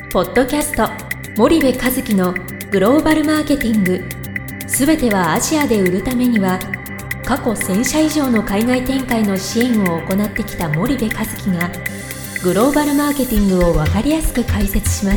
ポッドキャスト森部一樹のグローバルマーケティング、すべてはアジアで売るためには、過去1000社以上の海外展開の支援を行ってきた森部一樹がグローバルマーケティングを分かりやすく解説します。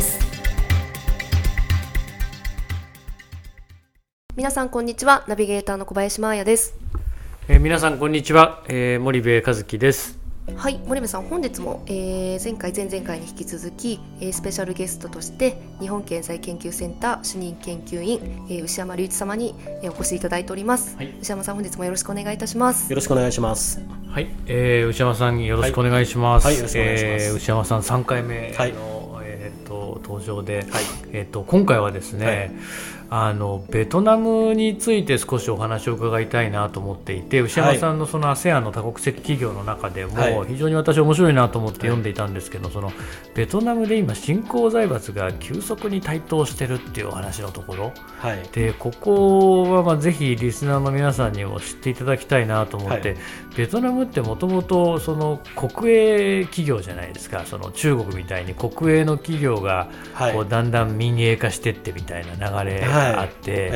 皆さんこんにちは、ナビゲーターの小林真彩です。 皆さんこんにちは、森部一樹です。 はい、森部さん、本日も、前回前々回に引き続き、スペシャルゲストとして日本経済研究センター主任研究員、牛山隆一様に、お越しいただいております。はい、牛山さん、本日もよろしくお願いいたします。 よろしくお願いします。 はい、牛山さんよろしくお願いします。 はい、よろしくお願いします。 牛山さん3回目の、登場で、今回はですね、ベトナムについて少しお話を伺いたいなと思っていて、牛山さんのその ASEAN の多国籍企業の中でも非常に私面白いなと思って読んでいたんですけど、そのベトナムで今新興財閥が急速に台頭してるっていうお話のところ、でここはぜひリスナーの皆さんにも知っていただきたいなと思って、ベトナムってもともとその国営企業じゃないですか。その中国みたいに国営の企業がこうだんだん民営化してってみたいな流れあって、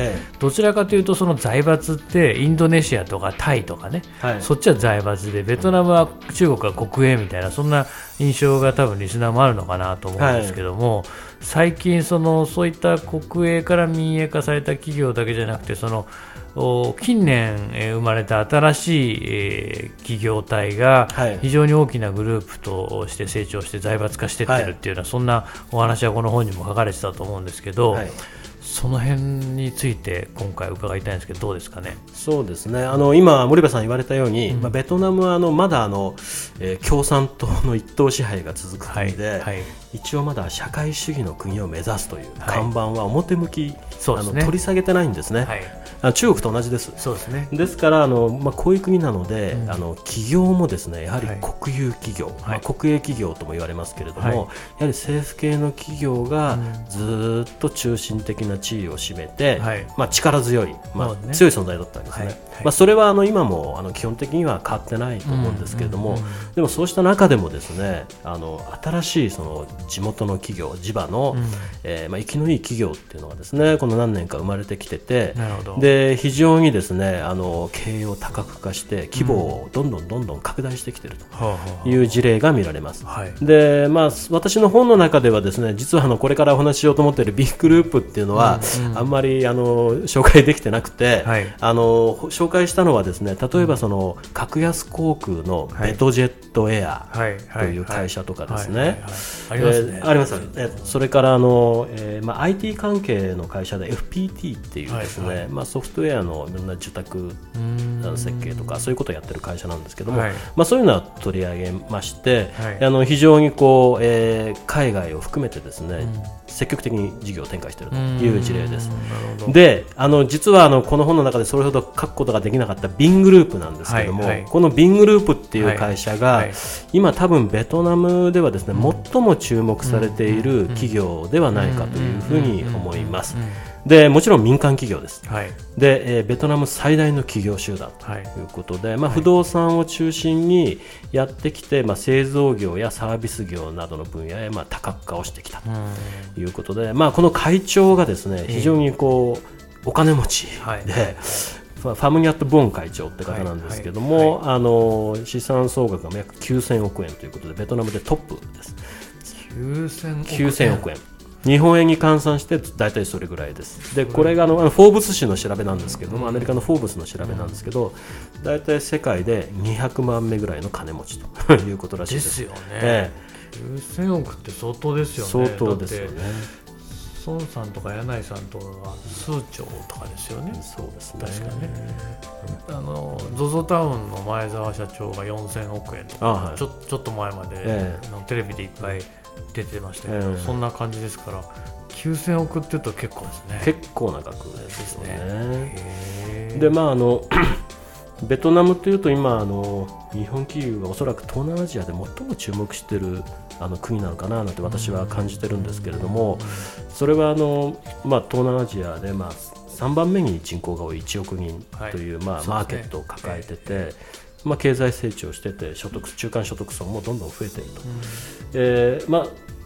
どちらかというとその財閥ってインドネシアとかタイとかね、そっちは財閥でベトナムは中国は国営みたいな、そんな印象が多分リスナーもあるのかなと思うんですけども、最近そういった国営から民営化された企業だけじゃなくて、近年生まれた新しい企業体が非常に大きなグループとして成長して財閥化していってるっていうような、そんなお話はこの本にも書かれてたと思うんですけど、その辺について今回伺いたいんですけど、どうですかね。 そうですね、今森部さん言われたように、ベトナムはまだ共産党の一党支配が続く国で、一応まだ社会主義の国を目指すという看板は表向き、取り下げてないんですね。中国と同じです。 そうですね。 ですからこういう国なので、企業もですね、やはり国有企業、国営企業とも言われますけれども、やはり政府系の企業がずっと中心的な地位を占めて、力強い、強い存在だったんですね。それは今も基本的には変わってないと思うんですけれども、でもそうした中でもですね、新しい地元の企業、地場の、生きのいい企業っていうのがですね、この何年か生まれてきてて、で非常にですね、経営を多角化して規模をどんどん拡大してきているという事例が見られます。で、私の本の中ではですね、実はこれからお話ししようと思っている B グループっていうのは、あんまり紹介できてなくて、紹介したのはですね、例えば格安航空のベトジェットエアという会社とかですね、あります。それから、IT 関係の会社で FPT っていうですね、ソフトウェアのいろんな受託設計とかそういうことをやってる会社なんですけども、そういうのは取り上げまして、非常に海外を含めてですね、積極的に事業を展開しているという事例です。で、実はこの本の中でそれほど書くことができなかったビングループなんですけども、このビングループっていう会社が、今多分ベトナムではですね、最も注目されている企業ではないかというふうに思います。でもちろん民間企業です。で、ベトナム最大の企業集団ということで、不動産を中心にやってきて、製造業やサービス業などの分野へ多角化をしてきたということで、この会長がですね、非常にお金持ちで、ファムニャット・ボン会長って方なんですけども、資産総額が約9000億円ということでベトナムでトップです。9000億円、日本円に換算して大体それぐらいです。でこれがフォーブス誌の調べなんですけども、アメリカのフォーブスの調べなんですけど、大体世界で200万名ぐらいの金持ちということらしいです。 ですよね。9000億って相当ですよね。 相当ですよね。 孫さんとか柳井さんとかが数兆とかですよね。 そうですね。 確かね。ZOZO タウンの前澤社長が4000億円とか、ちょっと前まで、テレビでいっぱい出てましたけど、そんな感じですから、9000億って言うと結構ですね。 結構な額ですよね。でベトナムというと今日本企業がおそらく東南アジアで最も注目している国なのかななんて私は感じてるんですけれども、それは東南アジアで3番目に人口が多い1億人という、マーケットを抱えてて、経済成長してて中間所得層もどんどん増えていると、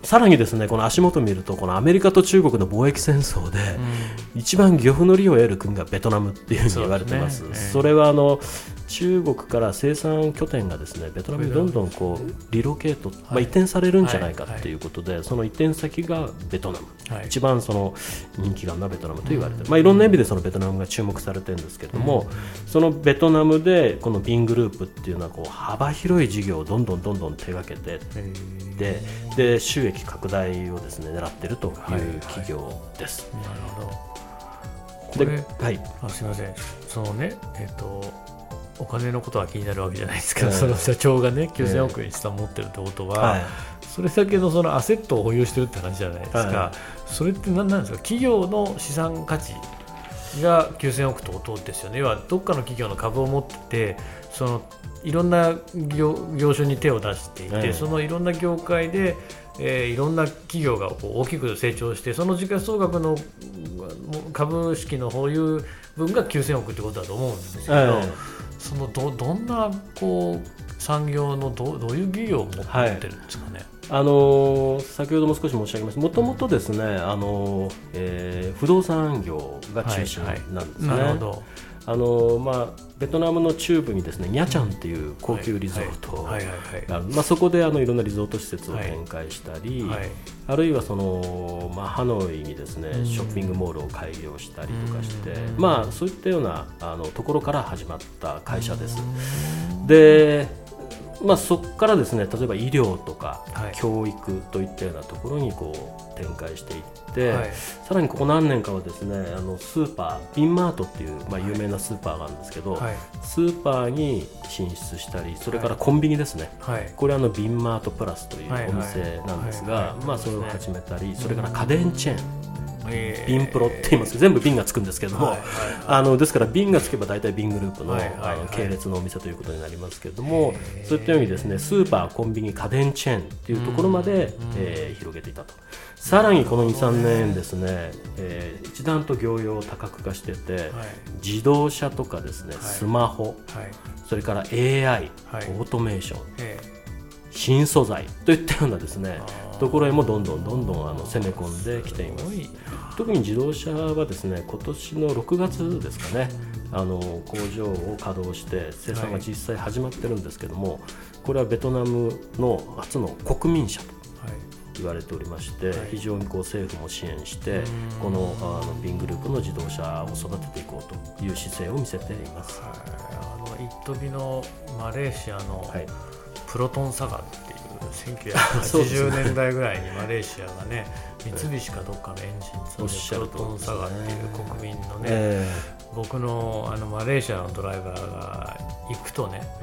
さらにですねこの足元を見るとこのアメリカと中国の貿易戦争で、一番漁夫の利を得る国がベトナムっていうふうに言われてます。それは中国から生産拠点がですねベトナムにどんどんこうリロケート、移転されるんじゃないかということで、その移転先がベトナム、一番その人気があるのはベトナムと言われている、いろんな意味でそのベトナムが注目されてるんですけれども、そのベトナムでこのビングループっていうのはこう幅広い事業をどんどん手がけてで収益拡大をですね狙っているという企業です。 なるほど。これすみません、そのねお金のことは気になるわけじゃないですけど、その社長がね9000億円資産持ってるってことは、それだけのそのアセットを保有してるって話じゃないですか。それって何なんですか。企業の資産価値が9000億と等ですよね。要はどっかの企業の株を持ってて、そのいろんな 業種に手を出していて、そのいろんな業界で、いろんな企業がこう大きく成長して、その時価総額の株式の保有分が9000億ってことだと思うんですけど、その どんなこう産業の どういう企業を持ってるんですかね。 先ほども少し申し上げました、もともとですね、不動産業が中心なんですね。なるほど。ベトナムの中部にですねニャチャンっていう高級リゾートがある。そこでいろんなリゾート施設を展開したり、あるいはその、ハノイにですねショッピングモールを開業したりとかして、そういったようなところから始まった会社です。でそこからですね例えば医療とか教育といったようなところにこう展開していって、さらにここ何年かはですねスーパービンマートっていう、有名なスーパーがあるんですけど、スーパーに進出したり、それからコンビニですね、これビンマートプラスというお店なんですが、それを始めたり、それから家電チェーン、ビンプロって言いますけど全部ビンがつくんですけども、ですからビンがつけば大体ビングループの系列のお店ということになりますけれども、そういったようにですねスーパー、コンビニ、家電チェーンっていうところまで広げていたと。さらにこの 2,3 年ですね、一段と業用を多角化してて、自動車とかですねスマホ、それから AI、オートメーション、新素材といったようなですねところへもどんどん攻め込んできています。特に自動車はですね今年の6月ですかね、工場を稼働して生産が実際始まってるんですけども、これはベトナムの初の国民車と言われておりまして、非常にこう政府も支援してこのビングループの自動車を育てていこうという姿勢を見せています。 一時のマレーシアのプロトンサガっていう1980年代ぐらいにマレーシアがね三菱かどっかのエンジン作ってプロトンサガっていう国民のね、僕のマレーシアのドライバーが行くとね、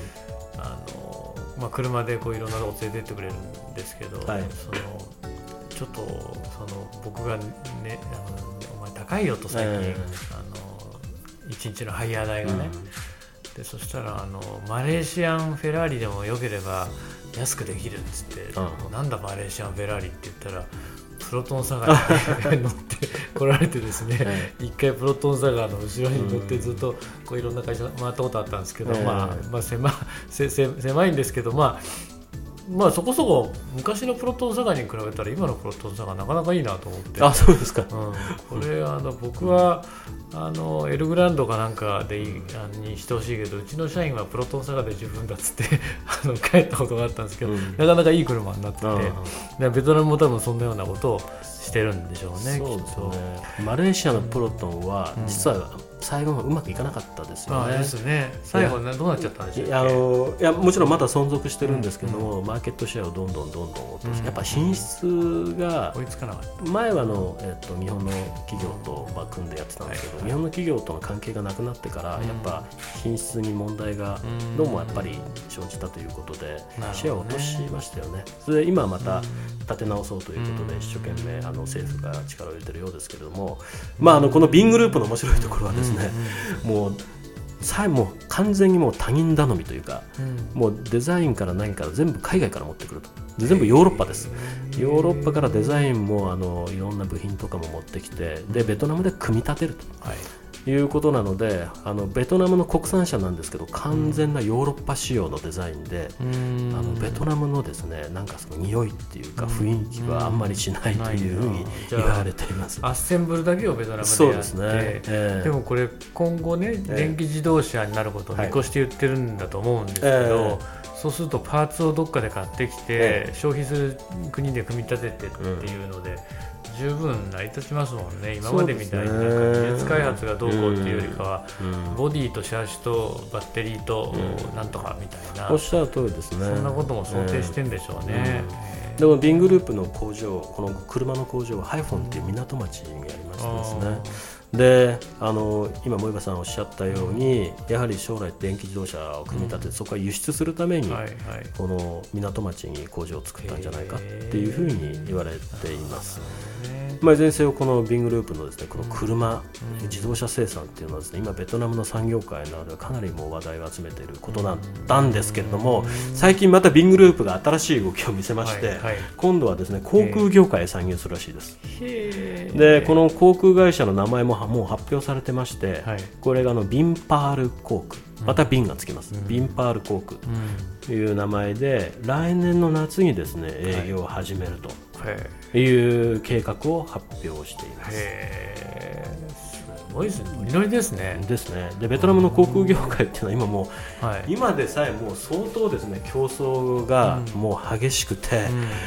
車でこういろんなとこ連れてってくれるんですけど、ちょっと僕がねお前高いよと最近、1日のハイヤー代がね、でそしたらマレーシアンフェラーリでもよければ安くできるっつって、なんだマレーシアンフェラーリって言ったらプロトンサガーに乗って来られてですね、一回プロトンサガーの後ろに乗ってずっとこういろんな会社回ったことあったんですけど、狭いんですけど、そこそこ昔のプロトンサガーに比べたら今のプロトンサガーなかなかいいなと思って。 そうですか。 これ僕はエルグランドかなんかでにしてほしいけど、うちの社員はプロトンサガーで十分だっつって帰ったことがあったんですけど、なかなかいい車になってて、ベトナムも多分そんなようなことをしてるんでしょうね。 そうですね。マレーシアのプロトンは実は最後うまくいかなかったですよね。 ですね。最後どうなっちゃったんでしょう。 いやもちろんまだ存続してるんですけども、マーケットシェアをどんどん落として、やっぱ品質が追いつかなかった。 前は日本の企業と組んでやってたんですけど、日本の企業との関係がなくなってから、やっぱ品質に問題がどうもやっぱり生じたということで、シェアを落としましたよね。それで今また立て直そうということで一生懸命政府が力を入れてるようですけれども、このビングループの面白いところはですね、もう完全にもう他人頼みというか、もうデザインから何から全部海外から持ってくると。で全部ヨーロッパです。ヨーロッパからデザインもいろんな部品とかも持ってきて、でベトナムで組み立てると。 いうことなので、ベトナムの国産車なんですけど完全なヨーロッパ仕様のデザインで、ベトナムのですねなんかその匂いっていうか雰囲気はあんまりしないというふうに言われています。 アッセンブルだけをベトナムでやって、 そうですね、 でもこれ今後ね、電気自動車になることを見越して言ってるんだと思うんですけど、そうするとパーツをどっかで買ってきて、消費する国で組み立ててっていうので、十分成り立ちますもんね。今までみたいになんか技術開発がどうこうっていうよりかは、ボディとシャーシとバッテリーとなんとかみたいな、 おっしゃる通りですね。 そんなことも想定してんでしょうね。 でもビングループの工場、この車の工場はハイフォンっていう港町にありましてですね、で今萌葉さんおっしゃったように、やはり将来電気自動車を組み立てて、そこから輸出するために、この港町に工場を作ったんじゃないかっていうふうに言われています。いずれにせよこのビングループのですねこの車、自動車生産っていうのはですね、今ベトナムの産業界などでかなりもう話題を集めていることだったんですけれども、最近またビングループが新しい動きを見せまして、今度はですね航空業界へ参入するらしいです。でこの航空会社の名前ももう発表されてまして、これがビンパール航空、またビンがつきます、ビンパール航空という名前で来年の夏にですね営業を始めるという計画を発表しています。 すごいですね、ノリノリですね。 でベトナムの航空業界っていうのは今もう、今でさえもう相当ですね競争がもう激しくて、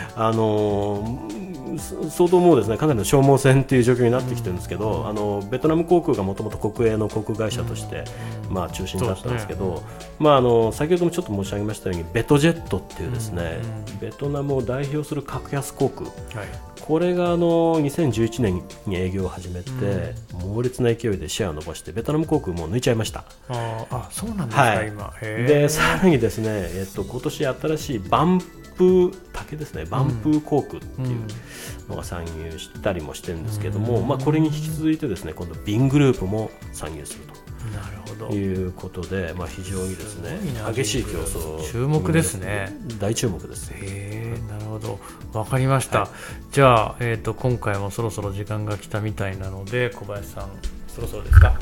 相当もうですねかなりの消耗戦という状況になってきてるんですけど、ベトナム航空がもともと国営の航空会社として、中心だったんですけど、先ほどもちょっと申し上げましたようにベトジェットっていうですね、ベトナムを代表する格安航空、これが2011年に営業を始めて、猛烈な勢いでシェアを伸ばしてベトナム航空も抜いちゃいました。 そうなんですか、今。 でさらにですね、今年新しいバンプ竹ですね、バンプー航空っていうのが参入したりもしてるんですけども、これに引き続いてですね今度ビングループも参入するということで、非常にですね激しい競争、 注目ですね。 大注目です。 なるほど、わかりました。じゃあ、今回もそろそろ時間が来たみたいなので、小林さんそろそろですか。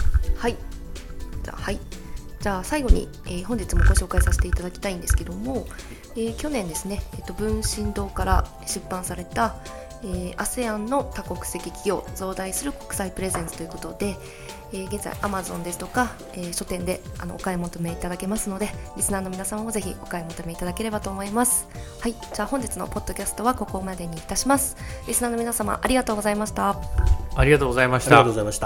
じゃあ最後に、本日もご紹介させていただきたいんですけども、去年ですね、文心堂から出版された、ASEAN の多国籍企業増大する国際プレゼンスということで、現在 Amazon ですとか、書店でお買い求めいただけますので、リスナーの皆様もぜひお買い求めいただければと思います。じゃあ本日のポッドキャストはここまでにいたします。リスナーの皆様ありがとうございました。 ありがとうございました。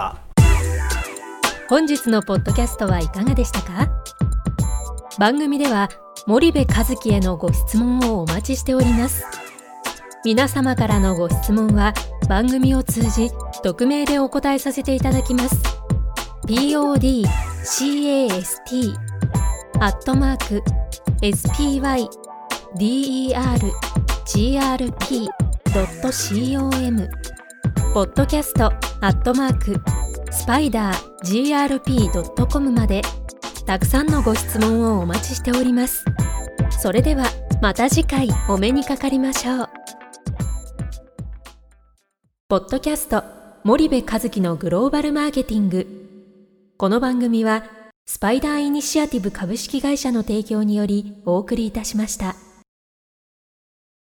本日のポッドキャストはいかがでしたか？番組では森部一樹へのご質問をお待ちしております。皆様からのご質問は番組を通じ匿名でお答えさせていただきます。podcast@spydergrp.com podcast@spidergrp.com までたくさんのご質問をお待ちしております。それではまた次回お目にかかりましょう。ポッドキャスト森部一樹のグローバルマーケティング。この番組はスパイダーイニシアティブ株式会社の提供によりお送りいたしました。